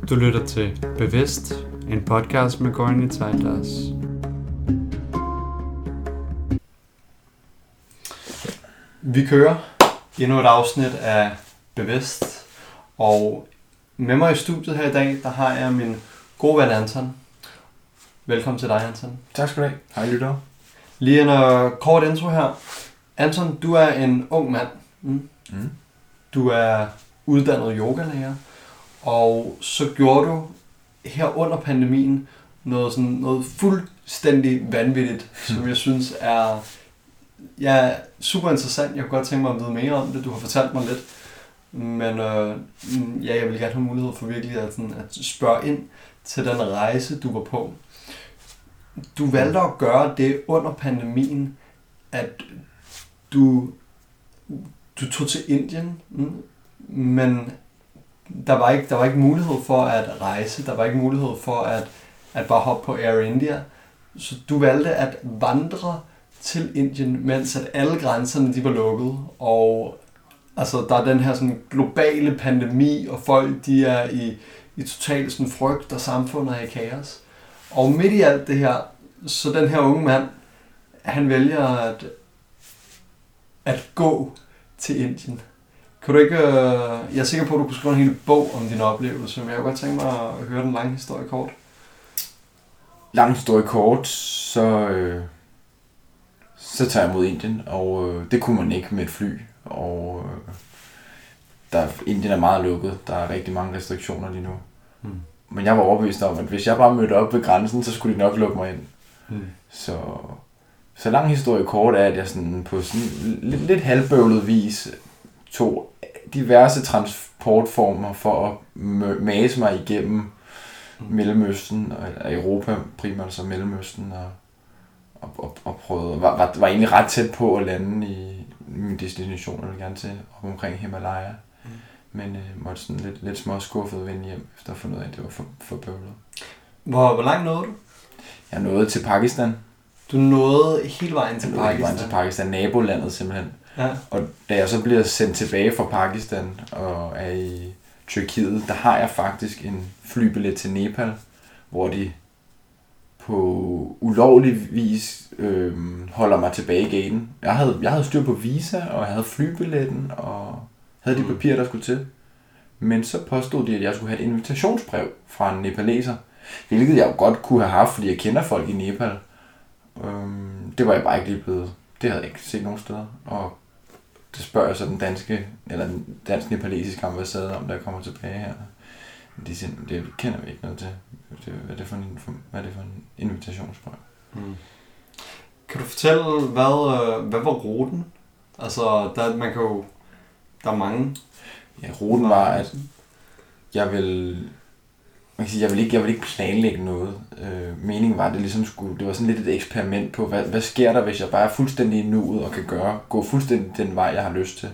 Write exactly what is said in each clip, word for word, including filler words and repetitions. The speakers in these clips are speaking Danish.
Du lytter til Bevidst, en podcast med Gorni Tejdas. Vi kører endnu et afsnit af Bevidst, og med mig i studiet her i dag, der har jeg min gode ven Anton. Velkommen til dig, Anton. Tak skal du have. Hej lytter. Lige en uh, kort intro her. Anton, du er en ung mand. Mm. Mm. Du er uddannet yogalærer, og så gjorde du her under pandemien noget, sådan, noget fuldstændig vanvittigt, mm. som jeg synes er ja, super interessant. Jeg kunne godt tænke mig at vide mere om det. Du har fortalt mig lidt. Men øh, ja, jeg vil gerne have mulighed for virkelig at, sådan, at spørge ind til den rejse, du var på. Du valgte at gøre det under pandemien, at du, du tog til Indien, mm, men der var, ikke, der var ikke mulighed for at rejse, der var ikke mulighed for at, at bare hoppe på Air India. Så du valgte at vandre til Indien, mens at alle grænserne de var lukket, og altså, der er den her sådan, globale pandemi, og folk de er i, i total sådan, frygt, og samfundet er i kaos. Og midt i alt det her, så den her unge mand, han vælger at, at gå til Indien. Kan du ikke, øh, jeg er sikker på, at du kunne skrive en hel bog om din oplevelse, men jeg kunne godt tænke mig at høre den lange historie kort. Lang historie kort, så, øh, så tager jeg mod Indien, og øh, det kunne man ikke med et fly. Og øh, der, Indien er meget lukket, der er rigtig mange restriktioner lige nu. Mm. Men jeg var overbevist om, at hvis jeg bare mødte op ved grænsen, så skulle de nok lukke mig ind. Mm. Så, så lang historie kort er, at jeg sådan på sådan lidt, lidt halvbøvlet vis tog diverse transportformer for at mase mig igennem mm. Mellemøsten, og Europa primært, altså Mellemøsten, og, og, og, og prøvede, var, var, var egentlig ret tæt på at lande i min destination, jeg vil gerne til, op omkring Himalaya. Mm. Men øh, måtte sådan lidt, lidt små skuffet vende hjem, efter at finde ud af, at det var for, for bøvlet. Hvor, hvor langt nåede du? Jeg nåede til Pakistan. Du nåede hele vejen til jeg Pakistan? Hele vejen til Pakistan, nabolandet simpelthen. Ja. Og da jeg så bliver sendt tilbage fra Pakistan og er i Tyrkiet, der har jeg faktisk en flybillet til Nepal, hvor de på ulovlig vis øh, holder mig tilbage i gaten. Jeg havde, jeg havde styr på visa, og jeg havde flybilletten, og havde de papirer, der skulle til. Men så påstod de, at jeg skulle have et invitationsbrev fra en nepaleser, hvilket jeg jo godt kunne have haft, fordi jeg kender folk i Nepal. Øhm, det var jeg bare ikke lige blevet. Det havde jeg ikke set nogen steder. Og det spørger jeg så den danske, eller den dansk-nepalesiske ambassade om, da jeg kommer tilbage her. De siger, det kender vi ikke noget til. Det, hvad, er det for en, hvad er det for en invitationsbrev? Mm. Kan du fortælle, hvad, hvad var ruten? Altså, der, man kan jo, der er mange. Ja, ruten var, at jeg vil, man kan sige, jeg vil ikke, jeg vil ikke planlægge noget. Øh, meningen var, at det ligesom skulle, det var sådan lidt et eksperiment på, hvad, hvad sker der, hvis jeg bare er fuldstændig i nuet og kan gøre, gå fuldstændig den vej, jeg har lyst til.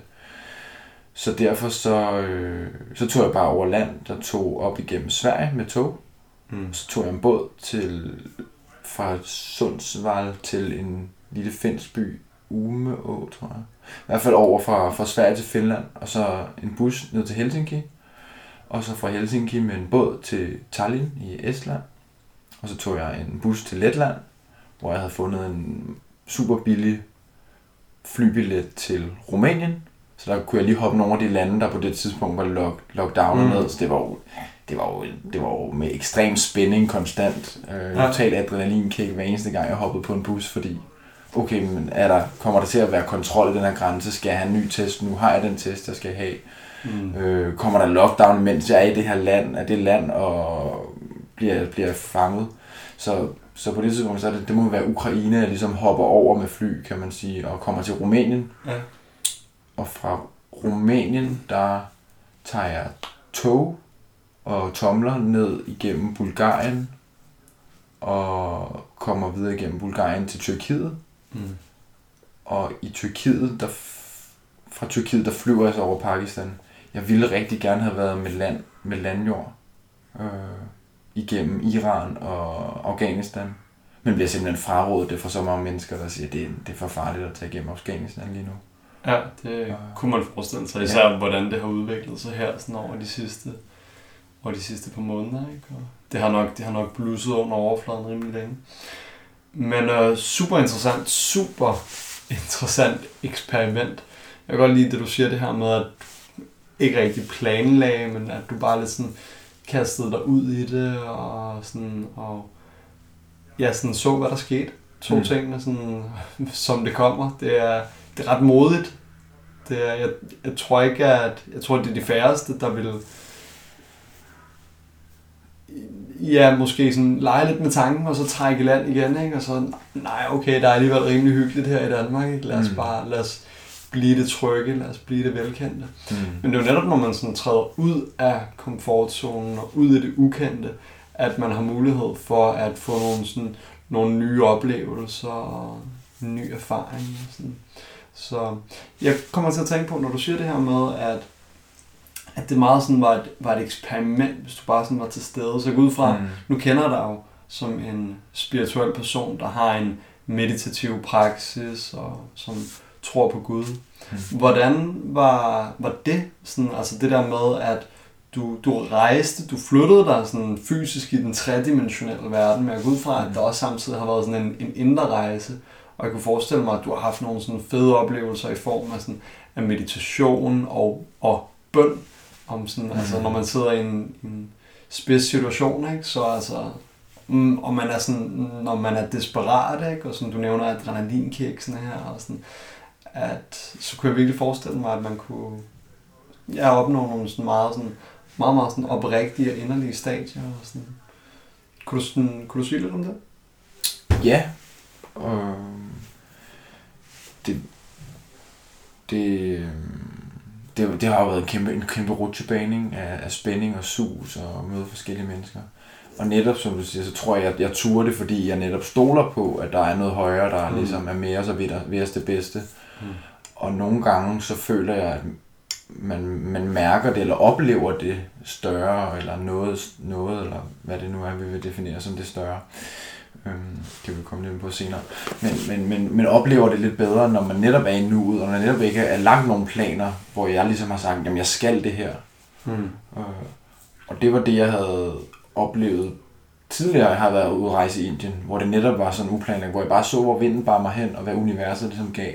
Så derfor så, øh, så tog jeg bare over land, der tog op igennem Sverige med tog. Mm. Så tog jeg en båd til, fra Sundsvall til en lille finsk by, Umeå, tror jeg. I hvert fald over fra, fra Sverige til Finland, og så en bus ned til Helsinki. Og så fra Helsinki med en båd til Tallinn i Estland. Og så tog jeg en bus til Letland, hvor jeg havde fundet en super billig flybillet til Rumænien. Så der kunne jeg lige hoppe nogle af de lande, der på det tidspunkt var lock, lockdown mm. ned. Så det var jo, det var jo, det var jo med ekstrem spænding konstant. Øh, ja. Totalt adrenalinkick hver eneste gang, jeg hoppede på en bus, fordi okay, men er der, kommer der til at være kontrol i den her grænse? Skal jeg have en ny test? Nu har jeg den test, jeg skal have. Mm. Øh, kommer der lockdown, mens jeg er i det her land? Er det land og bliver, bliver fanget? Så, så på det tidspunkt, så er det, det må være Ukraine, der ligesom hopper over med fly, kan man sige, og kommer til Rumænien. Ja. Og fra Rumænien, der tager jeg tog og tomler ned igennem Bulgarien, og kommer videre igennem Bulgarien til Tyrkiet. Mm. Og i Tyrkiet, der, fra Tyrkiet, der flyver jeg så over Pakistan. Jeg ville rigtig gerne have været med, land, med landjord øh, igennem Iran og Afghanistan. Men bliver simpelthen frarådet det for så mange mennesker, der siger, at det, det er for farligt at tage igennem Afghanistan lige nu. Ja, det kunne man forestille sig, især ja. Hvordan det har udviklet sig her sådan over de sidste over de sidste par måneder, ikke? Og det har nok, det har nok blusset under overfladen rimelig længe. Men øh, super interessant, super interessant eksperiment. Jeg kan godt lide det, du siger det her med, at du ikke rigtig planlagde, men at du bare lidt sådan kastede dig ud i det, og sådan, og ja, sådan så, hvad der skete. To mm. tingene, sådan, som det kommer. Det er, det er ret modigt. Det er, jeg, jeg tror ikke, at jeg tror, det er de færreste, der vil ja, måske sådan lege lidt med tanken, og så trække i land igen, ikke? Og så, nej, okay, der er alligevel rimelig hyggeligt her i Danmark, ikke? Lad os mm. bare, lad os blive det trygge, lad os blive det velkendte. Mm. Men det er jo netop, når man sådan træder ud af komfortzonen og ud af det ukendte, at man har mulighed for at få nogle, sådan, nogle nye oplevelser og ny erfaring. Og sådan. Så jeg kommer til at tænke på, når du siger det her med, at at det meget sådan var et, var et eksperiment, hvis du bare sådan var til stede. Så jeg går ud fra, mm. nu kender jeg dig jo som en spirituel person, der har en meditativ praksis, og som tror på Gud. Mm. Hvordan var, var det, sådan, altså det der med, at du, du rejste, du flyttede dig sådan fysisk i den tredimensionelle verden, men jeg går ud fra, at der også samtidig har været sådan en, en indre rejse, og jeg kunne forestille mig, at du har haft nogle sådan fede oplevelser i form af, sådan, af meditation og, og bøn, om sådan, mm. altså når man sidder i en, en spids situation, ikke, så altså, mm, og man er sådan, når man er desperat, ikke, og sådan, du nævner adrenalinkiksene her, og sådan, at så kunne jeg virkelig forestille mig, at man kunne ja, opnå nogle sådan meget, sådan, meget, meget sådan oprigtige og inderlige stadier, og sådan. Kunne du, sådan, kunne du sige lidt om det? Ja, og det, det, det, det har jo været en kæmpe, en kæmpe rutsjebaning af, af spænding og sus og møde forskellige mennesker. Og netop, som du siger, så tror jeg, at jeg turer det, fordi jeg netop stoler på, at der er noget højere, der mm. ligesom er med os og ved os det bedste. Mm. Og nogle gange, så føler jeg, at man, man mærker det, eller oplever det større, eller noget, noget, eller hvad det nu er, vi vil definere som det større. Øhm, det vil vi komme lidt ind på senere. Men, men, men, men oplever det lidt bedre, når man netop er i nuet, og når netop ikke er lagt nogle planer, hvor jeg ligesom har sagt, jamen jeg skal det her. Mm. Øh, og det var det, jeg havde oplevet tidligere. Jeg har været ude at rejse i Indien, hvor det netop var sådan uplanlagt, hvor jeg bare så, hvor vinden bar mig hen, og hvad universet ligesom gav.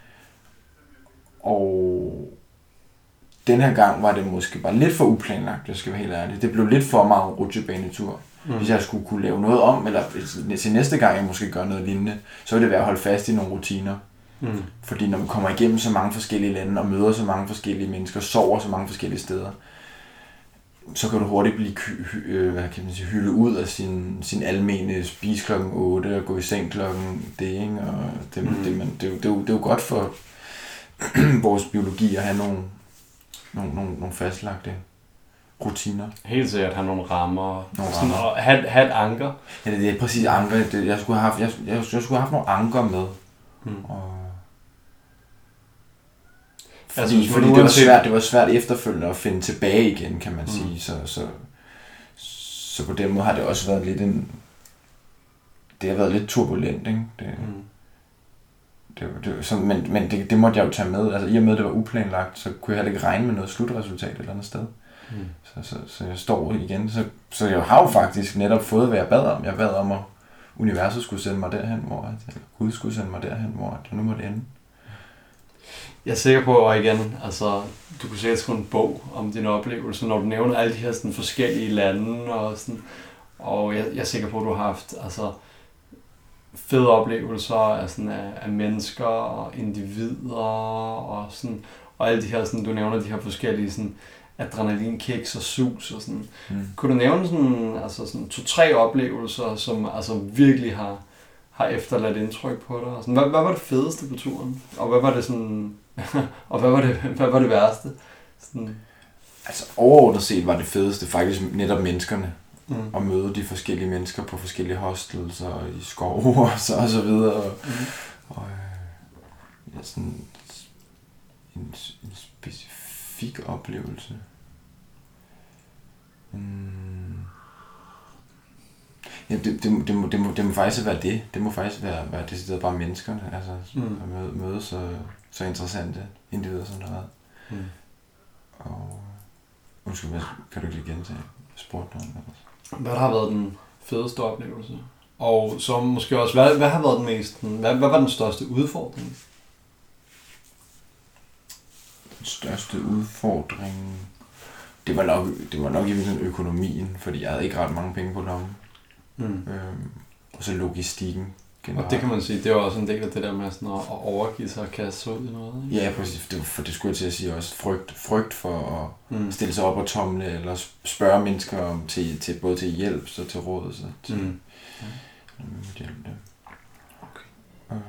Og den her gang var det måske bare lidt for uplanlagt, jeg skal være helt ærlig. Det blev lidt for meget rutsjebanetur. Mm. Hvis jeg skulle kunne lave noget om, eller til næste gang jeg måske gør noget lignende, så vil det være at holde fast i nogle rutiner. Mm. Fordi når man kommer igennem så mange forskellige lande, og møder så mange forskellige mennesker, sover så mange forskellige steder, så kan du hurtigt blive øh, hvad kan man sige, hyldet ud af sin, sin almene spise klokken otte, og gå i seng klokken det, ikke? Og det, mm. det, man, det, det, det, er jo, det er jo godt for vores biologi at have nogle, nogle, nogle, nogle fastlagte rutiner. Helt sikkert have nogle rammer. Nogle sådan, rammer. Og have, have et anker. Ja, det er præcis anker. Det, jeg, skulle have haft, jeg, jeg, jeg skulle have haft nogle anker med. Mm. Og fordi, altså, fordi det, var svært, det var svært efterfølgende at finde tilbage igen, kan man mm. sige. Så, så, så på den måde har det også været lidt en... Det har været lidt turbulent, ikke? Det, mm. det, det, så, men men det, det måtte jeg jo tage med. Altså i og med, at det var uplanlagt, så kunne jeg heller ikke regne med noget slutresultat et eller andet sted. Mm. Så, så, så jeg står igen. Så, så jeg har jo faktisk netop fået, hvad jeg bad om. Jeg bad om, at universet skulle sende mig derhen, hvor at, eller Gud skulle sende mig derhen, hvor at, nu må det ende. Jeg er sikker på, og igen, altså, du kunne sikkert skrive en bog om din oplevelse, når du nævner alle de her sådan, forskellige lande, og, sådan, og jeg, jeg er sikker på, at du har haft altså, fede oplevelser af, sådan, af, af mennesker og individer, og, sådan, og alle de her, sådan, du nævner de her forskellige sådan, adrenalinkiks og sus og sådan. Mm. Kunne du nævne sådan, altså, sådan to-tre oplevelser, som altså, virkelig har har efterladt indtryk på dig? Og sådan, hvad, hvad var det fedeste på turen? Og hvad var det sådan, og hvad var det, hvad var det værste? Sådan. Altså overordnet set var det fedeste faktisk netop menneskerne. Mm. At møde de forskellige mennesker på forskellige hostels og i skove og så, og så videre. Og, mm. og ja, sådan en, en specifik oplevelse. Mm. Ja, det, det, det, må, det, må, det må faktisk være det. Det må faktisk være, være decideret bare menneskerne. Altså mm. at møde, møde så, så interessante individer, som der har været. Mm. Og undskyld, hvad kan du ikke lige gentage spurgte nogen. Hvad der har været den fedeste oplevelse? Og så måske også, hvad, hvad har været den mest, hvad, hvad var den største udfordring? Den største udfordring, det var nok, det var nok i virkeligheden økonomien, fordi jeg havde ikke ret mange penge på lommen. Mm. Øhm, og så logistikken. Generelt. Og det kan man sige, det var også en del af det der med sådan at overgive sig og kaste sig ud i noget, ikke? Ja, præcis. Det, for det skulle jeg til at sige også. Frygt, frygt for at mm. stille sig op og tomle, eller spørge mennesker om til, til, både til hjælp, så til råd, så til mm. ja. hjælp dem. Okay. Um.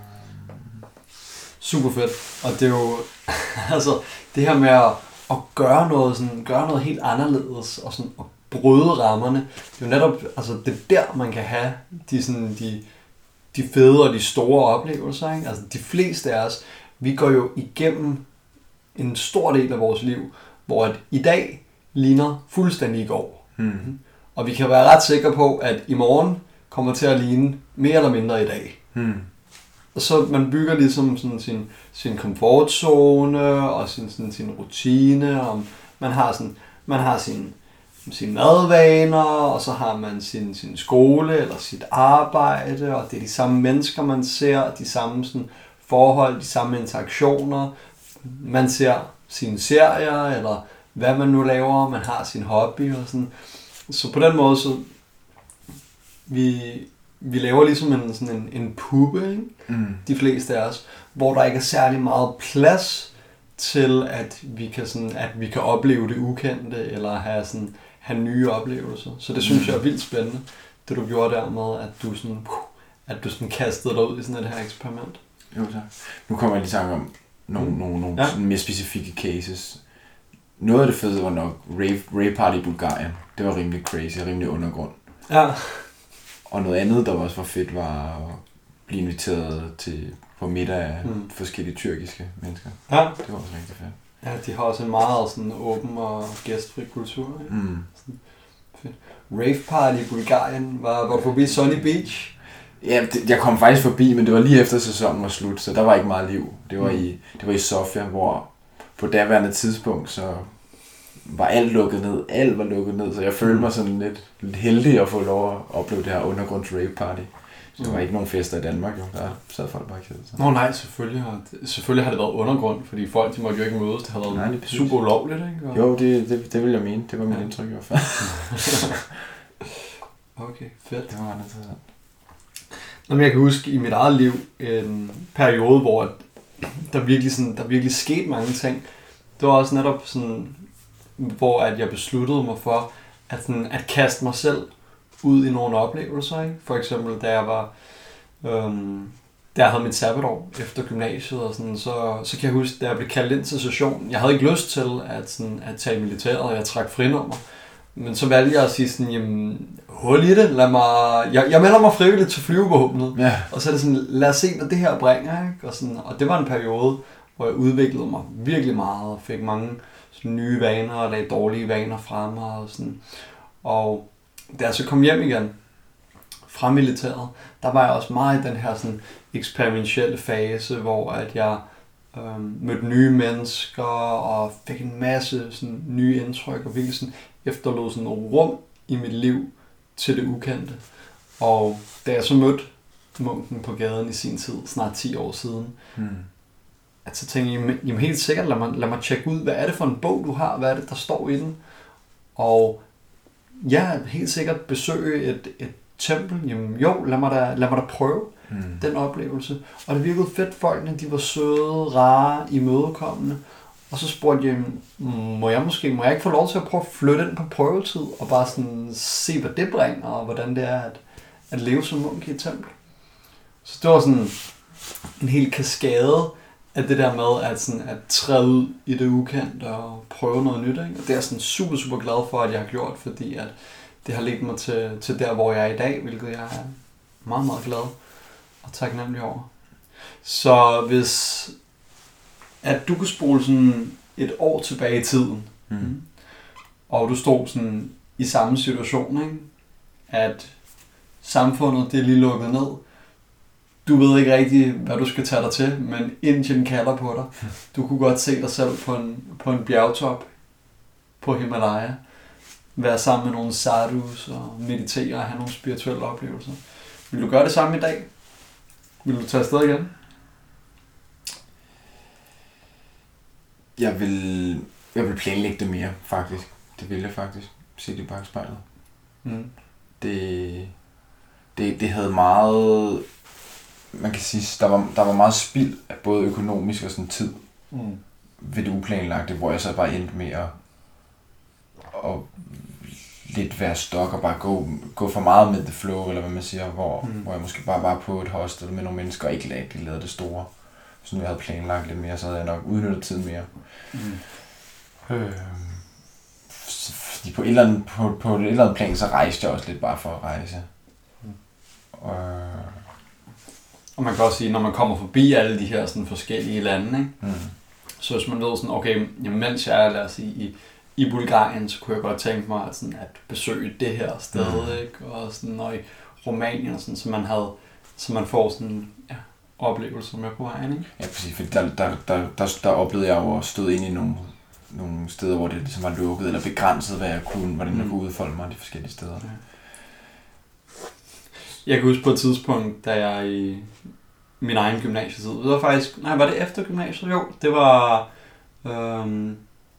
Super fedt. Og det er jo, altså, det her med at, at gøre noget sådan, gøre noget helt anderledes, og sådan at bryde rammerne, det er jo netop, altså det er der, man kan have de sådan, de de fede og de store oplevelser, ikke? Altså de fleste af os, vi går jo igennem en stor del af vores liv, hvor at i dag ligner fuldstændig i går. Mm-hmm. Og vi kan være ret sikre på, at i morgen kommer til at ligne mere eller mindre i dag. Mm. Og så man bygger ligesom sådan sin, sin komfortzone og sin, sådan, sin rutine, og man har, sådan, man har sin sine madvaner, og så har man sin, sin skole eller sit arbejde, og det er de samme mennesker, man ser, de samme sådan, forhold, de samme interaktioner. Man ser sine serier, eller hvad man nu laver, man har sin hobby og sådan. Så på den måde, så vi, vi laver ligesom en, sådan en, en puppe, ikke? Mm. De fleste af os, hvor der ikke er særlig meget plads til, at vi kan, sådan, at vi kan opleve det ukendte, eller have sådan have nye oplevelser. Så det synes jeg er vildt spændende, det du gjorde der med, at du sådan, at du sådan kastede dig ud i sådan et her eksperiment. Jo, tak. Nu kommer jeg lige tanke om nogle, mm. nogle, nogle ja. sådan mere specifikke cases. Noget af det fede var nok rave, rave party i Bulgarien. Det var rimelig crazy, rimelig undergrund. Ja. Og noget andet, der også var fedt, var at blive inviteret til, på middag af mm. forskellige tyrkiske mennesker. Ja. Det var også rigtig fedt. Ja, de har også en meget sådan åben og gæstfri kultur. Ikke? Mm. Fedt. Rave party i Bulgarien, var, var du forbi Sunny Beach? Ja, det, jeg kom faktisk forbi, men det var lige efter sæsonen var slut, så der var ikke meget liv. Det var, mm. i, det var i Sofia, hvor på daværende tidspunkt, så var alt lukket ned. Alt var lukket ned, så jeg følte mig sådan lidt, lidt heldig at få lov at opleve det her undergrunds rave party. Så der var ikke nogen fester i Danmark, jo. Der sad folk bare kædet sig. Nå nej, selvfølgelig har, det, selvfølgelig har det været undergrund, fordi folk de måtte jo ikke mødes. Det har været nej, super ulovligt, ikke? Og... Jo, det, det, det vil jeg mene. Det var mit ja. indtryk i hvert fald. Okay, fedt. Det var meget interessant. Nå, men jeg kan huske i mit eget liv en periode, hvor der virkelig, sådan, der virkelig skete mange ting. Det var også netop sådan, hvor at jeg besluttede mig for at, sådan, at kaste mig selv ud i nogle oplevelser, ikke? For eksempel, da jeg var, øhm, da jeg havde mit sabbatår efter gymnasiet, og sådan, så, så kan jeg huske, da jeg blev kaldt ind til session, jeg havde ikke lyst til at, sådan, at tage militæret, og jeg trak frinummer. Men så valgte jeg at sige sådan, jamen, hul i det, lad mig, jeg, jeg melder mig frivilligt til flyvevåbnet. Ja. Og så er det sådan, lad os se, hvad det her bringer, ikke? Og, sådan, og det var en periode, hvor jeg udviklede mig virkelig meget, og fik mange sådan, nye vaner, og lagde dårlige vaner fra mig, og sådan, og da jeg så kom hjem igen fra militæret, der var jeg også meget i den her sådan eksperimentelle fase, hvor at jeg øhm, mødte nye mennesker og fik en masse sådan nye indtryk og virkelig sådan efterlod sådan nogle rum i mit liv til det ukendte. Og da jeg så mødte munken på gaden i sin tid, snart ti år siden, hmm. at så tænkte jeg, jamen helt sikkert, lad mig, lad mig tjekke ud, hvad er det for en bog, du har, hvad er det, der står i den, og ja, helt sikkert besøge et, et tempel. Jamen jo, lad mig da, lad mig da prøve mm. den oplevelse. Og det virkede fedt, folkene, de var søde, rare, imødekommende. Og så spurgte jeg, må jeg måske, må jeg ikke få lov til at prøve at flytte ind på prøvetid, og bare sådan se, hvad det bringer, og hvordan det er at, at leve som munk i et tempel. Så det var sådan en hel kaskade af det der med at, sådan, at træde ud i det ukendte og prøve noget nyt. Ikke? Og det er jeg sådan super, super glad for, at jeg har gjort, fordi at det har ledt mig til, til der, hvor jeg er i dag, hvilket jeg er meget, meget glad og taknemmelig over. Så hvis at du kunne spole sådan et år tilbage i tiden, mm. og du stod sådan i samme situation, ikke? At samfundet det er lige lukket ned, du ved ikke rigtig, hvad du skal tage dig til, men Indien kalder på dig. Du kunne godt se dig selv på en, på en bjergtop på Himalaya. være sammen med nogle sadhus og meditere og have nogle spirituelle oplevelser. Vil du gøre det samme i dag? Vil du tage afsted igen? Jeg vil, jeg vil planlægge det mere, faktisk. Det vil jeg faktisk. Se det i bagspejlet. Mm. Det, det, det havde meget... Man kan sige, der var, der var meget spild af både økonomisk og sådan tid mm. ved det uplanlagte, hvor jeg så bare endte med at, at lidt være stok og bare gå, gå for meget med the flow, eller hvad man siger, hvor, mm. hvor jeg måske bare var på et hostel med nogle mennesker og ikke rigtig lavede det store. Så nu jeg havde planlagt lidt mere, så havde jeg nok udnyttet tiden mere. Mm. Øh, fordi på et, eller andet, på, på et eller andet plan, så rejste jeg også lidt bare for at rejse. Mm. Øh, Og man kan også sige, når man kommer forbi alle de her sådan forskellige lande, ikke? Mm. Så hvis man ved sådan, okay, jamen, mens jeg er, lad os sige, i, i Bulgarien, så kunne jeg godt tænke mig at, sådan, at besøge det her sted, mm. ikke? Og sådan, og i Rumænien, sådan, så man havde, så man får sådan, ja, oplevelser med på vejen, ikke? Ja, præcis, for der, der, der, der, der oplevede jeg jo at stå ind i nogle, nogle steder, hvor det ligesom var lukket, eller begrænset, hvad jeg kunne, hvordan jeg mm. kunne udfolde mig de forskellige steder. Ja. Jeg kan huske på et tidspunkt, da jeg i min egen gymnasietid, det var faktisk, nej, var det efter gymnasiet? Jo, det var, øhm,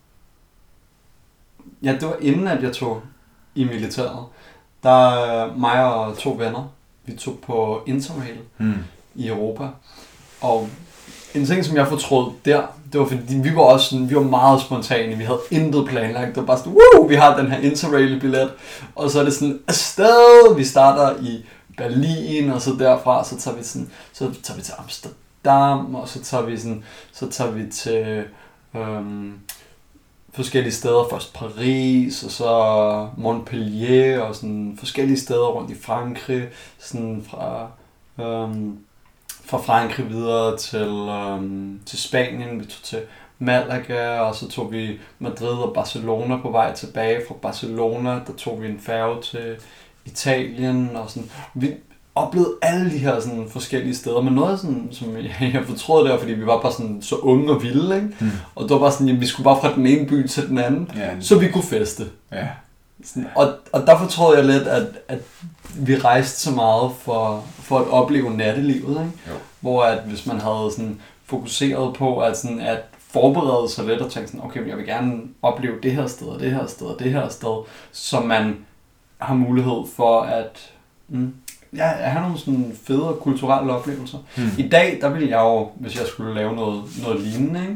ja, det var inden, at jeg tog i militæret. Der mig og to venner, vi tog på Interrail mm. i Europa, og en ting, som jeg fortrød der, det var fordi, vi var også sådan, vi var meget spontane, vi havde intet planlagt, det var bare sådan, woo, vi har den her Interrail-billet, og så er det sådan, afsted, vi starter i Berlin, og så derfra, så tager vi sådan, så tager vi til Amsterdam, og så tager vi sådan, så tager vi til øhm, forskellige steder, først Paris, og så Montpellier, og sådan forskellige steder rundt i Frankrig, sådan fra, øhm, fra Frankrig videre til, øhm, til Spanien, vi tog til Malaga, og så tog vi Madrid og Barcelona på vej tilbage. Fra Barcelona, der tog vi en færge til Italien, og sådan. Vi oplevede alle de her sådan forskellige steder, men noget sådan, som jeg, jeg fortrød der, fordi vi var bare sådan så unge og vilde, ikke? Mm. Og det var bare sådan, at vi skulle bare fra den ene by til den anden, ja, så vi kunne feste. Ja. Sådan, og, og der fortrød jeg lidt, at, at vi rejste så meget for, for at opleve nattelivet, ikke? Jo. Hvor at hvis man havde sådan fokuseret på at, sådan, at forberede sig lidt og tænke sådan, okay, jeg vil gerne opleve det her sted, og det her sted, og det her sted, så man har mulighed for at mm, ja, have nogle sådan fede kulturelle oplevelser. Hmm. I dag, der vil jeg jo, hvis jeg skulle lave noget, noget lignende, ikke?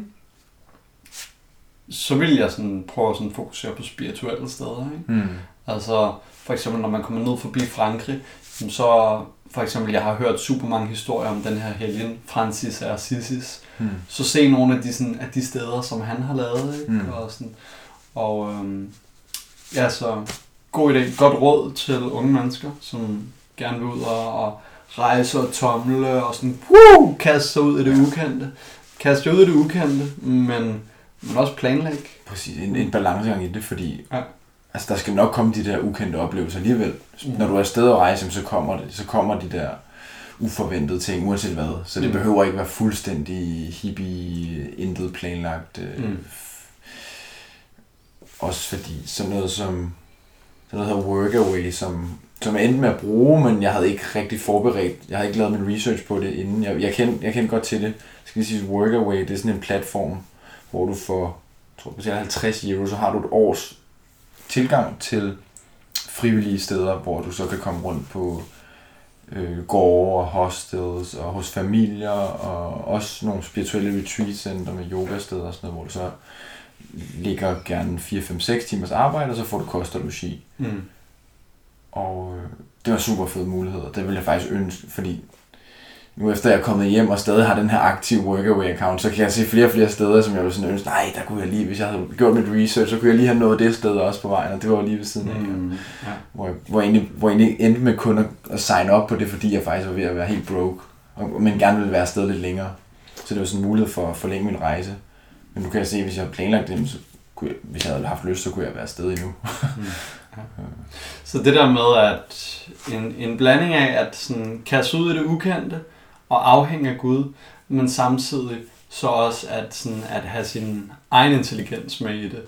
Så vil jeg sådan prøve at sådan fokusere på spirituelle steder. Ikke? Hmm. Altså for eksempel, når man kommer ned forbi Frankrig, så for eksempel, jeg har hørt super mange historier om den her helgen, Francis af Assisi. Hmm. Så se nogle af de, sådan, af de steder, som han har lavet. Ikke? Hmm. Og, sådan, og øhm, ja, så god idé. Godt råd til unge mennesker, som gerne vil ud og, og rejse og tomle og sådan, woo, kaste sig ud i det ukendte. Kaste sig ud i det ukendte, men, men også planlægge. Præcis, en, en balancegang i det, fordi ja. Altså, der skal nok komme de der ukendte oplevelser alligevel. Mm. Når du er afsted og rejse, så kommer, det, så kommer de der uforventede ting, uanset hvad. Så det mm. behøver ikke være fuldstændig hippie, intet planlagt. Mm. Også fordi sådan noget som sådan noget hedder Workaway, som, som jeg endte med at bruge, men jeg havde ikke rigtig forberedt. Jeg havde ikke lavet min research på det inden. Jeg, jeg, kendte, jeg kendte godt til det. Jeg skal lige sige, Workaway, det er sådan en platform, hvor du får jeg tror, halvtreds euro, så har du et års tilgang til frivillige steder, hvor du så kan komme rundt på øh, gårde og hostels og hos familier og også nogle spirituelle retreat-center med yogasteder og sådan noget, hvor du så ligger gerne fire, fem, seks timers arbejde, og så får du kost og logi. Mm. Og øh, det var super fede muligheder. Det ville jeg faktisk ønske, fordi nu efter jeg er kommet hjem og stadig har den her aktive Workaway-account, så kan jeg se flere og flere steder, som jeg ville sådan ønske, nej, der kunne jeg lige, hvis jeg havde gjort mit research, så kunne jeg lige have nået det sted også på vejen, og det var lige ved siden af. Mm, ja. Hvor, jeg, hvor, jeg egentlig, hvor jeg egentlig endte med kun at, at sign up på det, fordi jeg faktisk var ved at være helt broke, og, men gerne ville være afsted lidt længere. Så det var sådan en mulighed for at forlænge min rejse. Men nu kan jeg se, hvis jeg havde planlagt dem, så kunne jeg, hvis jeg havde haft lyst, så kunne jeg være afsted endnu. mm. Ja. Så det der med, at en, en blanding af at sådan kaste ud i det ukendte, og afhænge af Gud, men samtidig så også at, sådan, at have sin egen intelligens med i det,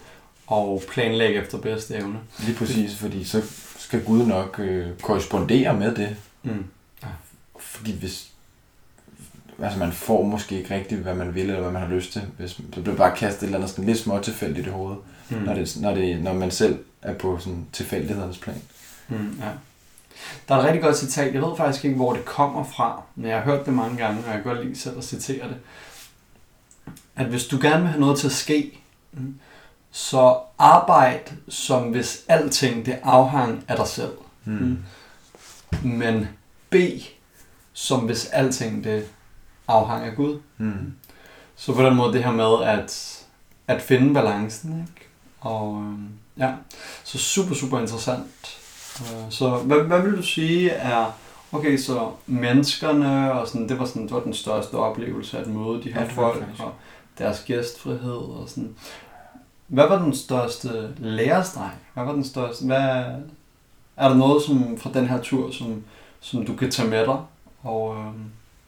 og planlægge efter bedste evne. Lige præcis, fordi så skal Gud nok øh, korrespondere med det. Mm. Ja. Fordi hvis altså man får måske ikke rigtigt, hvad man vil, eller hvad man har lyst til, hvis det bliver bare kastet et eller andet sådan lidt små tilfældigt i hovedet, mm. når, det, når, det, når man selv er på sådan tilfældighedens plan. Mm, ja. Der er et rigtig godt citat, jeg ved faktisk ikke, hvor det kommer fra, men jeg har hørt det mange gange, og jeg kan godt lide selv at citere det. At hvis du gerne vil have noget til at ske, så arbejd som hvis alting det afhang af dig selv. Mm. Men bed som hvis alting det afhang af Gud. Mm. Så på den måde det her med at, at finde balancen, ikke? Og ja, så super, super interessant. Så hvad, hvad vil du sige er, okay, så menneskerne, og sådan, det var sådan, det var den største oplevelse at møde de her ja, folk, og deres gæstfrihed, og sådan. Hvad var den største lærestreg? Hvad var den største, hvad, er der noget som, fra den her tur, som, som du kan tage med dig, og øhm,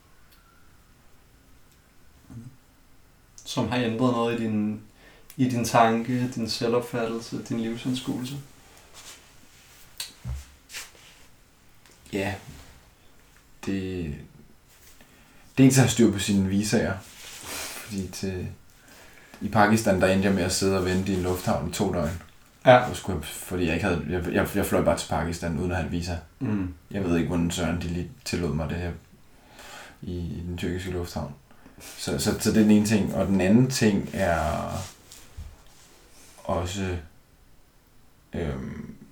som har ændret noget i din, i din tanke, din selvopfattelse, din livsanskuelse? Ja, det, det er ikke så at styr på sine visager, fordi til, i Pakistan, der endte jeg med at sidde og vente i en lufthavn i to døgn. Ja. Og skulle, fordi jeg ikke havde, jeg, jeg, jeg fløj bare til Pakistan uden at have en visa. Mm. Jeg ved ikke, hvordan søren de lige tillod mig det her i, i den tyrkiske lufthavn. Så, så, så det er den ene ting. Og den anden ting er også øhm,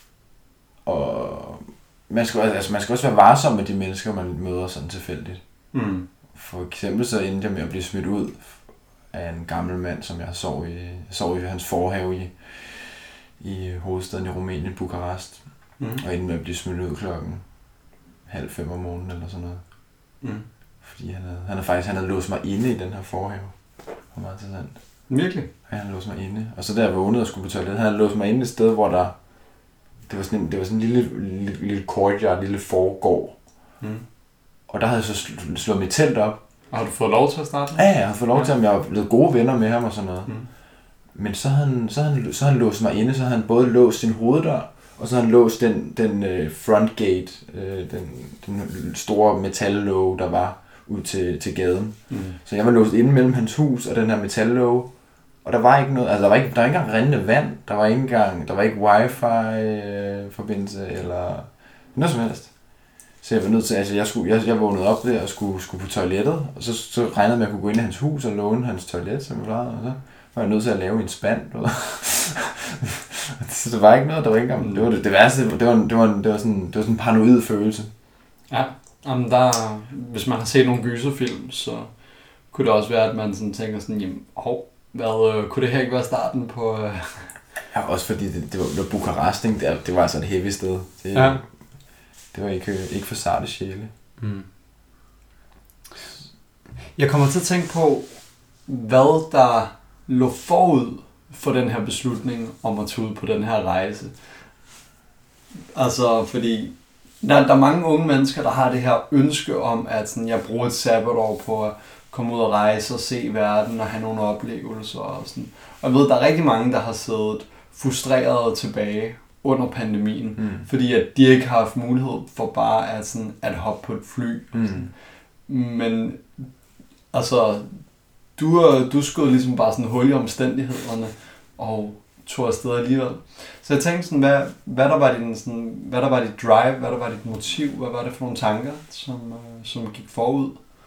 og man skal, altså, man skal også være varsom med de mennesker, man møder sådan tilfældigt. Mm. For eksempel så endte jeg med at blive smidt ud af en gammel mand, som jeg sov i, sov i hans forhave i, i hovedstaden i Rumænien, Bukarest. Mm. Og endte med at blive smidt ud klokken halv fem om morgenen eller sådan noget. Mm. Fordi han havde, han havde faktisk han havde låst mig inde i den her forhave. Det var meget interessant. Virkelig? Ja, han havde låst mig inde. Og så da jeg vågnede og skulle på toilet, han havde låst mig inde et sted, hvor der det var sådan en, det var sådan en lille, lille, lille courtyard, en lille forgård. Mm. Og der havde jeg så slået mit telt op. Og har du fået lov til at starte? Ja, jeg har fået lov ja. til, at jeg var blevet gode venner med ham og sådan noget. Mm. Men så havde han, så havde han, så havde han låst mig inde, så havde han både låst sin hoveddør, og så havde han låst den, den uh, front gate, uh, den, den store metallåge, der var ud til, til gaden. Mm. Så jeg var låst inde mellem hans hus og den her metallåge. Og der var ikke noget, altså der var ikke, der var ikke engang rindende vand, der var ikke engang, der var ikke wifi-forbindelse eller noget som helst. Så jeg var nødt til, altså jeg, skulle, jeg, jeg vågnede op der og skulle, skulle på toilettet, og så, så regnede jeg med at kunne gå ind i hans hus og låne hans toilet, som jeg plejede, og så var jeg nødt til at lave en spand. Så det var ikke noget, der var ikke engang, det var det, det værste, det var, det var, det var sådan, det var sådan en paranoid følelse. Ja, jamen der, hvis man har set nogle gyserfilm, så kunne det også være, at man sådan tænker sådan, jamen, hov, hvad, øh, kunne det her ikke være starten på... Øh... Ja, også fordi det, det var, det var Bukarest, ikke? Det, det var altså et heavy sted. Det, ja. det var ikke, ikke for sarte sjæle. Mm. Jeg kommer til at tænke på, hvad der lå forud for den her beslutning om at tage ud på den her rejse. Altså, fordi der, der er mange unge mennesker, der har det her ønske om, at sådan, jeg bruger et sabbatår på at komme ud og rejse og se verden og have nogle oplevelser og sådan. Og jeg ved, der er rigtig mange, der har siddet frustreret tilbage under pandemien, mm. fordi at de ikke har haft mulighed for bare at, sådan, at hoppe på et fly. Mm. Men altså, du, du skød ligesom bare sådan hul i omstændighederne og tog afsted alligevel. Så jeg tænkte sådan, hvad, hvad, der var din, sådan, hvad der var dit drive, hvad der var dit motiv, hvad var det for nogle tanker, som, som gik forud?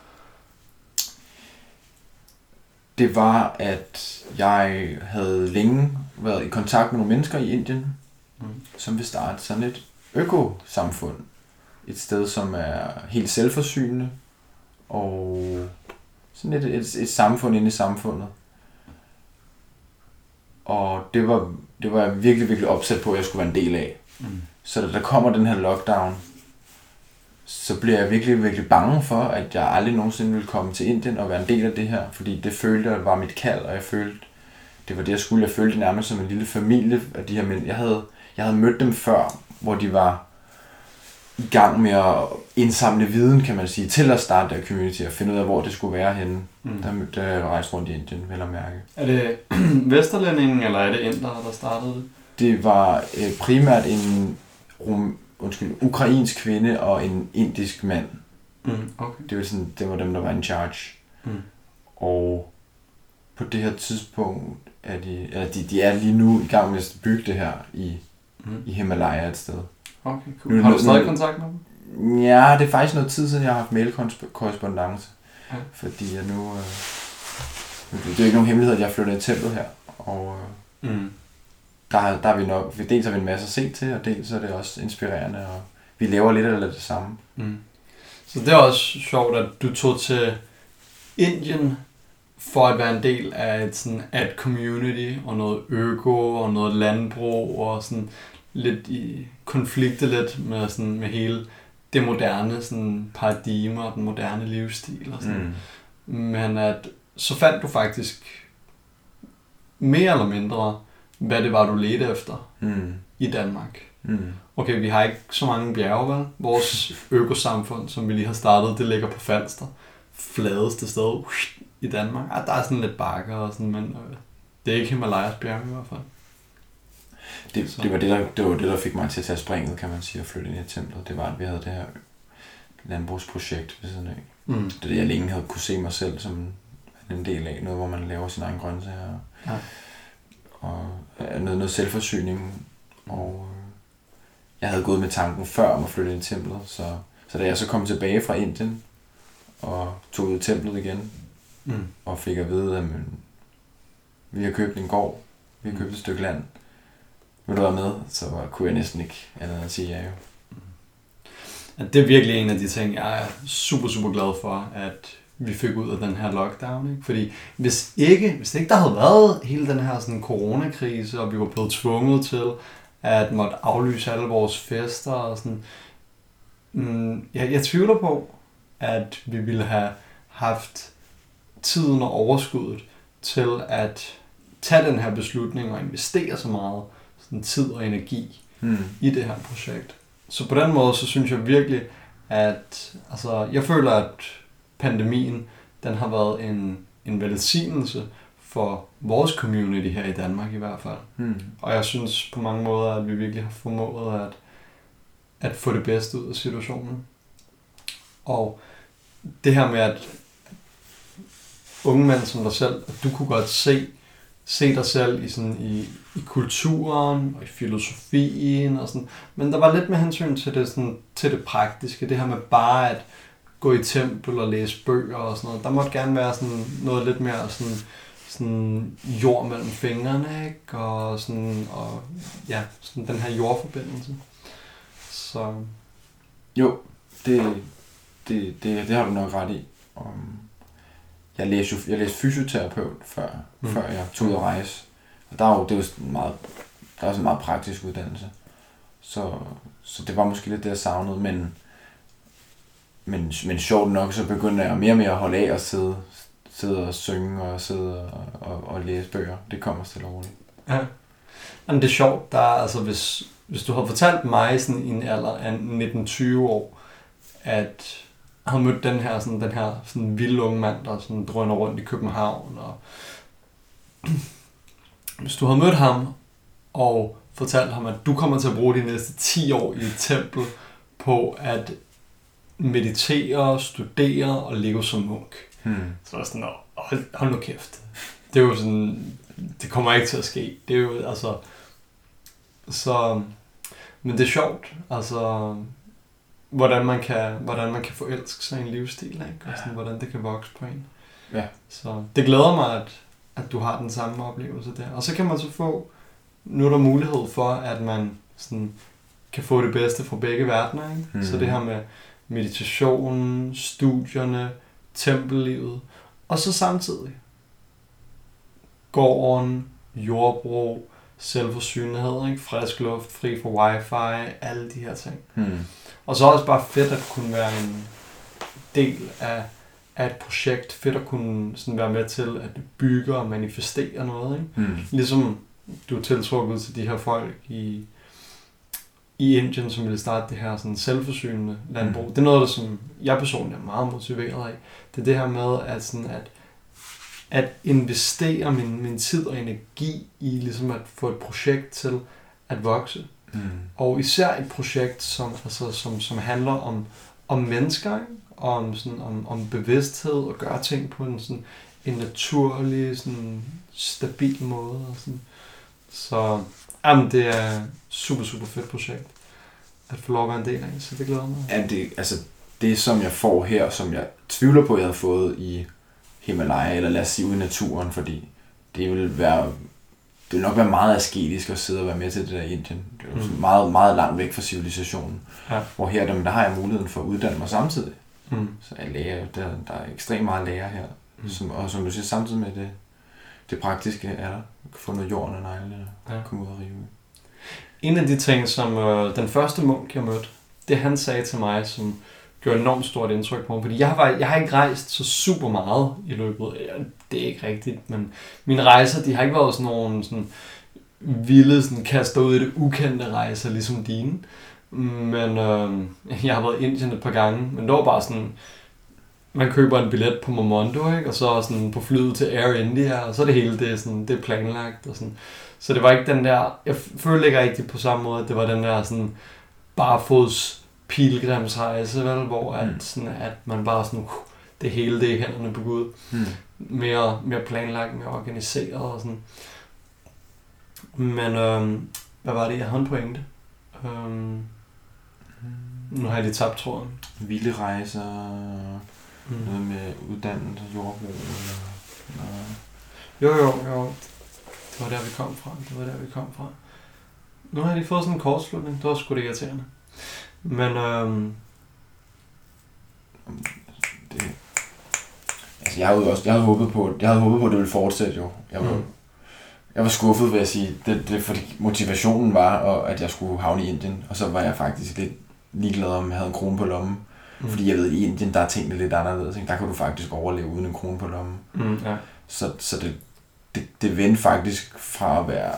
Det var, at jeg havde længe været i kontakt med nogle mennesker i Indien, mm. som vil starte sådan et økosamfund. Et sted, som er helt selvforsynende, og sådan et, et, et samfund inde i samfundet. Og det var, det var jeg virkelig, virkelig opsat på, at jeg skulle være en del af. Mm. Så da der kommer den her lockdown, så bliver jeg virkelig, virkelig bange for, at jeg aldrig nogensinde ville komme til Indien og være en del af det her. Fordi det følte jeg var mit kald, og jeg følte, det var det, jeg skulle. Jeg følte det nærmest som en lille familie af de her mænd. Jeg havde, jeg havde mødt dem før, hvor de var i gang med at indsamle viden, kan man sige, til at starte der community og finde ud af, hvor det skulle være henne. Mm. Der, der er rejst rundt i Indien, vel at mærke. Er det vesterlændingen, eller er det indere, der startede det? Det var øh, primært en rum, undskyld, ukrainsk kvinde og en indisk mand. Mm, okay. Det var, sådan, det var dem, der var in charge. Mm. Og på det her tidspunkt er de, eller de, de er lige nu i gang med at bygge det her i, mm. i Himalaya et sted. Okay, cool. Har du stadig kontakt med dem? Ja, det er faktisk noget tid siden, jeg har haft mail-korrespondance. Ja. Fordi jeg nu... Øh, det er jo ikke nogen hemmelighed, at jeg flytter i templet her. Og øh, mm. der, der er vi nok... Dels har vi en masse at se til, og dels er det også inspirerende, og vi laver lidt eller det samme. Mm. Så det er også sjovt, at du tog til Indien for at være en del af et sådan ad community, og noget øko, og noget landbrug, og sådan lidt i konflikte lidt med, sådan, med hele det moderne sådan, paradigme og den moderne livsstil. Og sådan. Mm. Men at så fandt du faktisk mere eller mindre, hvad det var, du ledte efter mm. i Danmark. Mm. Okay, vi har ikke så mange bjerge, vel? Vores økosamfund, som vi lige har startet, det ligger på Falster. Fladeste sted i Danmark. Ah, der er sådan lidt bakker og sådan, men øh, det er ikke Himalayas bjerge i hvert fald. Det, det, var det, der, det var det, der fik mig til at tage springet, kan man sige, at flytte ind i templet. Det var, at vi havde det her landbrugsprojekt ved siden af. Mm. Det er det, jeg længe havde kunne se mig selv som en del af. Noget, hvor man laver sin egen grøntsager. Ja. Og noget, noget selvforsyning. Og jeg havde gået med tanken før om at flytte ind i templet. Så, så da jeg så kom tilbage fra Indien og tog ud i templet igen, mm. og fik at vide, at man, vi har købt en gård, vi har købt et stykke land, vil du være med? Så kunne jeg næsten ikke andet end at sige ja jo. Mm. Det er virkelig en af de ting, jeg er super, super glad for, at vi fik ud af den her lockdown. Ikke? Fordi hvis ikke, hvis ikke der havde været hele den her sådan, coronakrise, og vi var blevet tvunget til at måtte aflyse alle vores fester og sådan, mm, jeg, jeg tvivler på, at vi ville have haft tiden og overskuddet til at tage den her beslutning og investere så meget sådan tid og energi mm. i det her projekt. Så på den måde, så synes jeg virkelig, at altså, jeg føler, at pandemien, den har været en, en velsignelse for vores community her i Danmark i hvert fald. Mm. Og jeg synes på mange måder, at vi virkelig har formået at, at få det bedste ud af situationen. Og det her med, at unge mænd som dig selv, at du kunne godt se, se dig selv i, sådan, i, i kulturen og i filosofien og sådan. Men der var lidt med hensyn til det, sådan, til det praktiske. Det her med bare at gå i tempel og læse bøger og sådan noget. Der måtte gerne være sådan noget lidt mere sådan, sådan jord mellem fingrene, ikke? Og, sådan, og ja, sådan den her jordforbindelse. Så jo, det, det, det, det har du nok ret i. Um, jeg læste jeg læste fysioterapeut før, mm. før jeg tog ud at rejse. Og der er jo, det er jo sådan meget, der er sådan en meget praktisk uddannelse. Så, så det var måske lidt det, jeg savnede, men Men, men sjovt nok, så begyndte jeg mere og mere at holde af og sidde, sidde og synge og sidde og, og, og læse bøger. Det kommer stille og roligt. Ja. Jamen, det er sjovt. Der er, altså, hvis, hvis du havde fortalt mig sådan, i en alder af nitten tyve år, at jeg havde mødt den her, sådan, den her sådan, vilde unge mand, der sådan, drøner rundt i København. Og hvis du havde mødt ham og fortalt ham, at du kommer til at bruge de næste ti år i et tempel på at meditere, studere og leve som munk. Hmm. Så er det sådan, hold, hold nu kæft. Det er jo sådan, det kommer ikke til at ske. Det er jo, altså, så, men det er sjovt, altså, hvordan man kan, hvordan man kan forelske sig i en livsstil, ikke? Og sådan, hvordan det kan vokse på en. Ja. Så det glæder mig, at, at du har den samme oplevelse der. Og så kan man så få, nu er der mulighed for, at man sådan, kan få det bedste fra begge verdener, ikke? Hmm. Så det her med meditationen, studierne, tempellivet, og så samtidig gården, jordbrug, selvforsynlighed, ikke? Frisk luft, fri for wifi, alle de her ting. Hmm. Og så også bare fedt at kunne være en del af, af et projekt, fedt at kunne sådan være med til at bygge og manifestere noget, ikke? Hmm. Ligesom du er tiltrukket til de her folk i i Indien, som ville starte det her sådan selvforsynende landbrug. Mm. Det er noget af det, som jeg personligt er meget motiveret af. Det er det her med at, sådan at, at investere min, min tid og energi i ligesom at få et projekt til at vokse. Mm. Og især et projekt, som, altså, som, som handler om, om mennesker, om, sådan, om, om bevidsthed og gøre ting på en, sådan, en naturlig, sådan, stabil måde. Og sådan. Så jamen, det er et super, super fedt projekt at få lov at være en del af, så det glæder mig. Ja, det, altså, det som jeg får her, som jeg tvivler på, jeg havde fået i Himalaya, eller lad os sige ude i naturen, fordi det vil være, det vil nok være meget asketisk at sidde og være med til det der i Indien. Det er jo mm. meget, meget langt væk fra civilisationen. Ja. Hvor her, der har jeg muligheden for at uddanne mig samtidig. Mm. Så jeg lærer, der, der er ekstremt meget lærer her. Mm. Som, og som du siger, samtidig med det, det praktiske er der. Du kan få noget jord og negle og ja. komme ud og rive. En af de ting, som øh, den første munk, jeg mødte, det han sagde til mig, som gjorde enormt stort indtryk på mig. Fordi jeg har, jeg har ikke rejst så super meget i løbet. Det er ikke rigtigt, men mine rejser, de har ikke været sådan nogle sådan vilde, sådan kaster ud i det ukendte rejser, ligesom dine. Men øh, jeg har været i Indien et par gange, men det var bare sådan, man køber en billet på Momondo, ikke? Og så sådan på flyet til Air India, og så er det hele det, sådan, det er planlagt. Og sådan. Så det var ikke den der, jeg følte ikke rigtig på samme måde, det var den der sådan barfods pilgrimsrejse, vel? Hvor at, sådan, at man bare sådan, uh, det hele det er i hænderne på Gud. Mm. Mere, mere planlagt, mere organiseret og sådan. Men øh, hvad var det, jeg havde en pointe? Um, nu har jeg lige tabt tråden. Vilde rejser, mm. noget med uddannelse, jordbrug. Eller, eller... Jo, jo, jo. Det var der, vi kom fra. Det var der, vi kom fra. Nu har jeg lige fået sådan en kortslutning. Det var sgu det irriterende. Men øhm... det... Altså, jeg havde også, jeg havde håbet på, jeg havde håbet på, at det ville fortsætte jo. Jeg var, mm. jeg var skuffet, vil jeg sige. Det, det, fordi motivationen var, at jeg skulle havne i Indien. Og så var jeg faktisk lidt ligeglad, om jeg havde en krone på lommen. Mm. Fordi jeg ved, at i Indien, der er tingene lidt anderledes. Der kan du faktisk overleve uden en krone på lommen. Mm, ja. Så, så det, det, det vendte faktisk fra at være...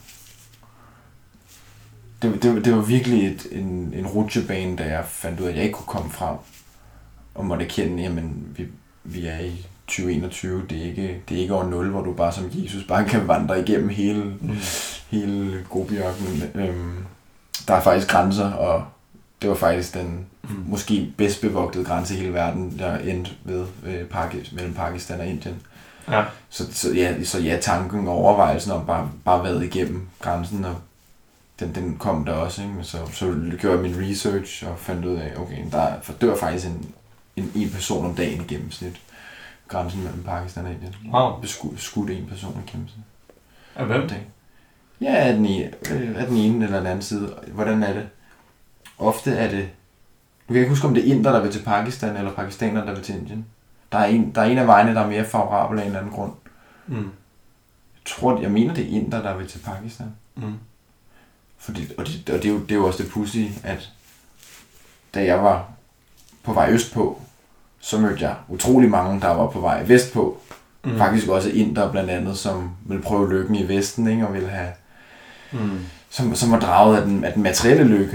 Det, det, det var virkelig et, en, en rutsjebane, da jeg fandt ud af, at jeg ikke kunne komme frem. Og måtte erkende, jamen, vi, vi er i tyve enogtyve. Det er ikke, det er ikke år nul, hvor du bare som Jesus bare kan vandre igennem hele, mm. hele Gobiørkenen. Øhm, der er faktisk grænser, og det var faktisk den mm. måske bedst bevogtede grænse i hele verden, der endte ved øh, Pakistan, mellem Pakistan og Indien. Ja. Så, så, ja, så ja, tanken og overvejelsen om bare, bare været igennem grænsen, og den, den kom der også, ikke? Men så, så gjorde jeg min research og fandt ud af, okay, der dør faktisk en, en, en person om dagen i gennemsnit. Grænsen mellem Pakistan og Indien. Wow. Beskudt skudt en person i gennemsnit. Af hvem? Ja, af den, ene, af den ene eller den anden side. Hvordan er det? Ofte er det... Du kan ikke huske, om det er inder, der vil til Pakistan, eller pakistanere, der vil til Indien. Der er en, der er en af vejene, der er mere favorabel af en eller anden grund. Mm. Jeg tror, jeg mener, det er inder, der vil til Pakistan. Mm. Fordi, og det, og det, er jo, det er jo også det pudsige, at da jeg var på vej østpå, så mødte jeg utrolig mange, der var på vej vestpå. Mm. Faktisk også inder blandt andet, som ville prøve lykken i Vesten, ikke? Og ville have... Mm. Som, som var draget af den, af den materielle lykke.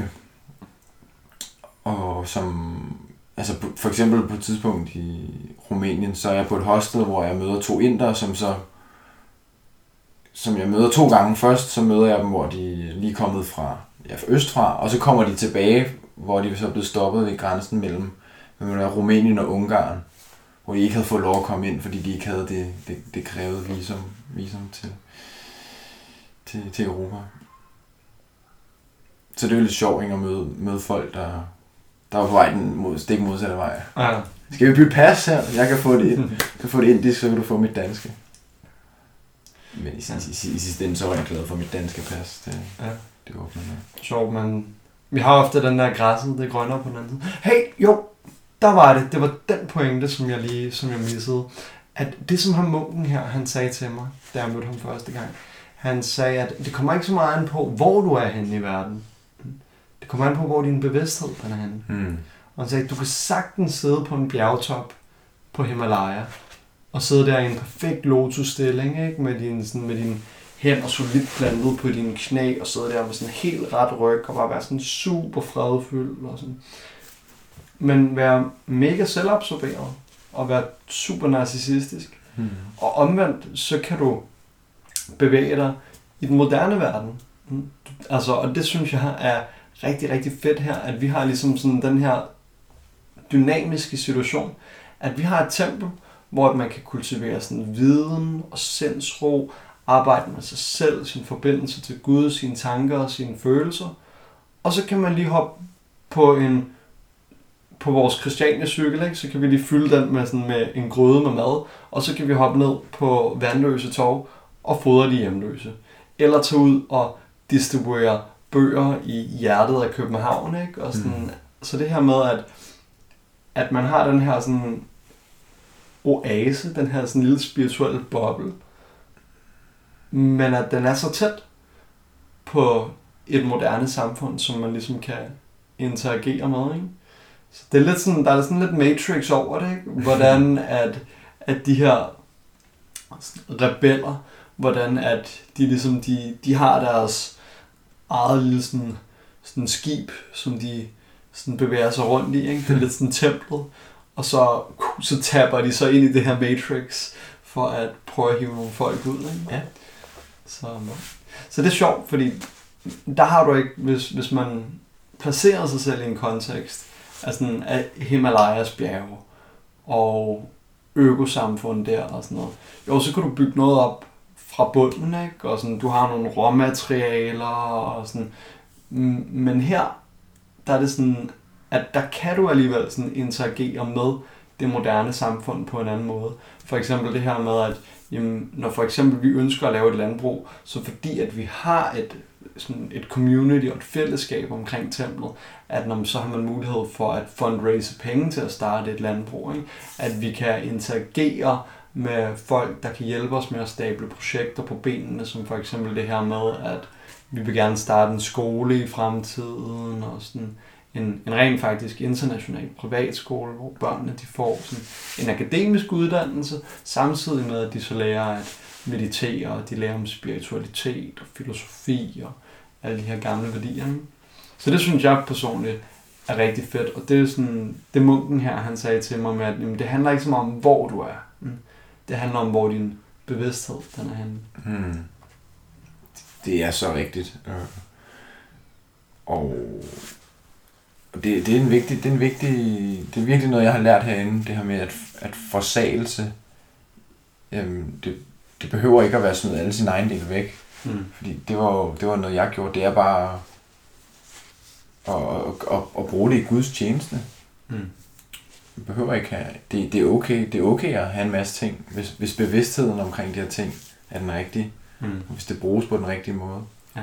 Og som... Altså for eksempel på et tidspunkt i Rumænien, så er jeg på et hostel, hvor jeg møder to indere, som så... Som jeg møder to gange. Først så møder jeg dem, hvor de er lige kommet fra, ja, fra østfra, og så kommer de tilbage, hvor de så er blevet stoppet ved grænsen mellem, mellem Rumænien og Ungarn, hvor de ikke havde fået lov at komme ind, fordi de ikke havde det, det, det krævede visum, visum til, til, til Europa. Så det er jo lidt sjovt, ikke, at møde, møde folk, der, der var på vej den mod, stik modsatte vej. Ja. Skal vi bytte pas her? Jeg kan få det ind. Jeg kan få det indisk, så kan du få mit danske. Men i, i, i, i sidste ende, så var jeg glad for mit danske pas. Det, ja. Det åbner mig. Sjovt, men vi har ofte den der græsset, det grønne på den anden side. Hey, jo, der var det. Det var den pointe, som jeg lige som jeg missede. At det, som ham munken her, han sagde til mig, da jeg mødte ham første gang, han sagde, at det kommer ikke så meget an på, hvor du er henne i verden. Det kommer an på, hvor din bevidsthed den er henne. Mm. Og han sagde, at du kan sagtens sidde på en bjergtop på Himalaya, og sidde der i en perfekt lotus-stilling, ikke? Med din, sådan, med din hænder solidt plantet på dine knæ, og sidde der med sådan en helt ret ryg, og bare være sådan super fredfyldt, og sådan. Men være mega selvabsorberet, og være super narcissistisk. Hmm. Og omvendt, så kan du bevæge dig i den moderne verden. Altså, og det synes jeg er rigtig, rigtig fedt her, at vi har ligesom sådan den her dynamiske situation, at vi har et tempel, hvor man kan kultivere sådan viden og sindsro, arbejde med sig selv, sin forbindelse til Gud, sine tanker og sine følelser. Og så kan man lige hoppe på en på vores Christiania-cykel, ikke? Så kan vi lige fylde den med, sådan, med en gryde med mad, og så kan vi hoppe ned på Vandløse Torv og fodre de hjemløse. Eller tage ud og distribuere bøger i hjertet af København, ikke? Og sådan, mm. Så det her med, at, at man har den her sådan oase, den her sådan lille spirituelle boble, men at den er så tæt på et moderne samfund, som man ligesom kan interagere med, ikke? Så det er lidt sådan, der er sådan lidt Matrix over det, ikke? Hvordan at, at de her rebeller, hvordan at de ligesom, de, de har deres eget lille sådan, sådan skib, som de sådan bevæger sig rundt i, ikke? Det er lidt sådan templet, og så, så tapper de så ind i det her Matrix, for at prøve at hive nogle folk ud, ikke? Ja. Så, så det er sjovt, fordi der har du ikke, hvis, hvis man placerer sig selv i en kontekst, altså af Himalayas bjerge og økosamfund der og sådan noget. Jo, så kan du bygge noget op fra bunden, ikke? Og sådan, du har nogle råmaterialer og sådan. Men her, der er det sådan, at der kan du alligevel sådan interagere med det moderne samfund på en anden måde. For eksempel det her med, at jamen, når for eksempel vi ønsker at lave et landbrug, så fordi at vi har et sådan et community og et fællesskab omkring templet, at når, så har man mulighed for at fundraise penge til at starte et landbrug, ikke? At vi kan interagere med folk, der kan hjælpe os med at stable projekter på benene, som for eksempel det her med, at vi vil gerne starte en skole i fremtiden, og sådan en, en rent faktisk international privatskole, hvor børnene de får sådan en akademisk uddannelse, samtidig med, at de så lærer at meditere, og de lærer om spiritualitet og filosofi og alle de her gamle værdier. Så det synes jeg personligt er rigtig fedt, og det er sådan, det munken her, han sagde til mig med, at jamen, det handler ikke så meget om, hvor du er. Det handler om, hvor din bevidsthed den er henne. Hmm. Det er så rigtigt. Og det, det er en vigtig, det er en vigtig, det er virkelig noget, jeg har lært herinde, det her med, at, at forsagelse, øhm, det, det behøver ikke at være sådan noget alle sin egen del væk. Mm. Fordi det var, det var noget, jeg gjorde. Det er bare at, at, at, at bruge det i Guds tjeneste. Mm. Det behøver ikke have, det, det, er okay, det er okay at have en masse ting, hvis, hvis bevidstheden omkring de her ting er den rigtige. Mm. Hvis det bruges på den rigtige måde. Ja.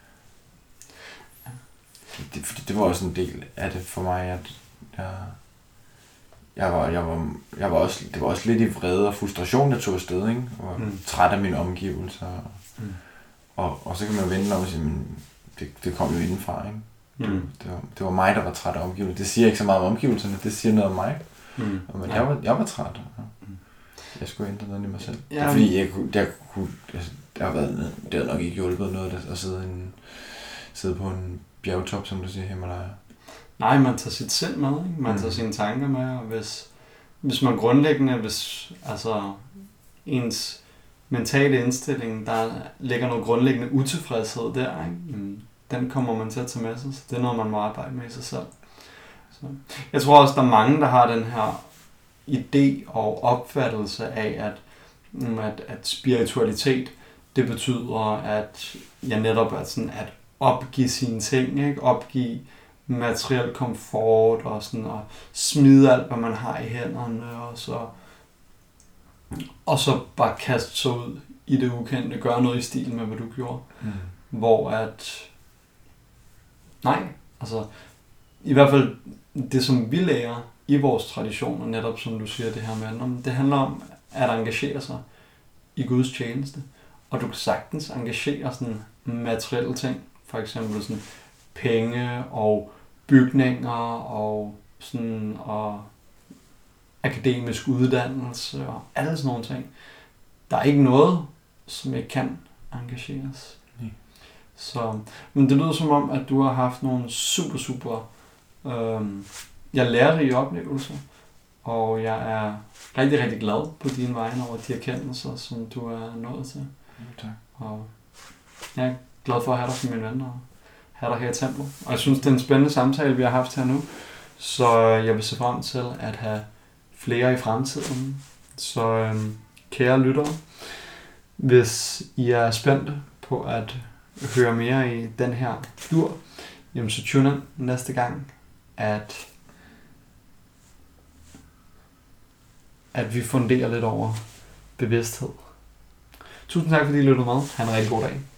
Ja. Det, fordi det var også en del af det for mig, at jeg, jeg, var, jeg, var, jeg var også, det var også lidt i vrede og frustration, der tog afsted, ikke? Og var mm. træt af mine omgivelser. Mm. Og, og så kan man jo vende om og sige, det, det kom jo indenfra, ikke? Mm. Det, var, det var mig, der var træt af omgivelserne. Det siger ikke så meget om omgivelserne, det siger noget om mig. Mm. Og, ja. jeg, var, jeg var træt. Ja. Mm. Jeg skulle ændre noget i mig selv. Ja, det er fordi, jeg kunne, jeg kunne, altså, der har været, det har nok ikke hjulpet noget at sidde, en, sidde på en bjergtop, som du siger, Himalaya. Nej, man tager sit sind med, ikke? Man mm. tager sine tanker med, og hvis, hvis man grundlæggende, hvis altså ens mentale indstilling, der ligger noget grundlæggende utilfredshed der, ikke? Den kommer man til at tage med sig, så det er noget, man må arbejde med i sig selv. Så. Jeg tror også, der er mange, der har den her idé og opfattelse af, at, at, at spiritualitet, det betyder, at jeg netop er sådan, at opgive sine ting, ikke? Opgive materiel komfort og sådan, og smide alt, hvad man har i hænderne, og så, og så bare kaste sig ud i det ukendte, gøre noget i stil med, hvad du gjorde. Mm. Hvor at nej, altså i hvert fald det, som vi lærer i vores traditioner, netop som du siger det her med, det handler om at engagere sig i Guds tjeneste. Og du kan sagtens engagere sådan materielle ting, for eksempel sådan penge og bygninger og sådan og akademisk uddannelse og alle sådan nogle ting. Der er ikke noget, som ikke kan engageres. Nej. Så, men det lyder som om, at du har haft nogle super, super øhm, jeg lærerige oplevelser, og jeg er rigtig, rigtig glad på dine vegne over de erkendelser, som du er nået til. Mm, tak. Og jeg er glad for at have dig som min ven og have dig her i templet. Og jeg synes, det er en spændende samtale, vi har haft her nu. Så jeg vil se frem til at have flere i fremtiden. Så øhm, kære lyttere, hvis I er spændte på at høre mere i den her dur, jamen så tune ind næste gang, at, at vi funderer lidt over bevidsthed. Tusind tak fordi I lyttede med. Ha' en rigtig god dag.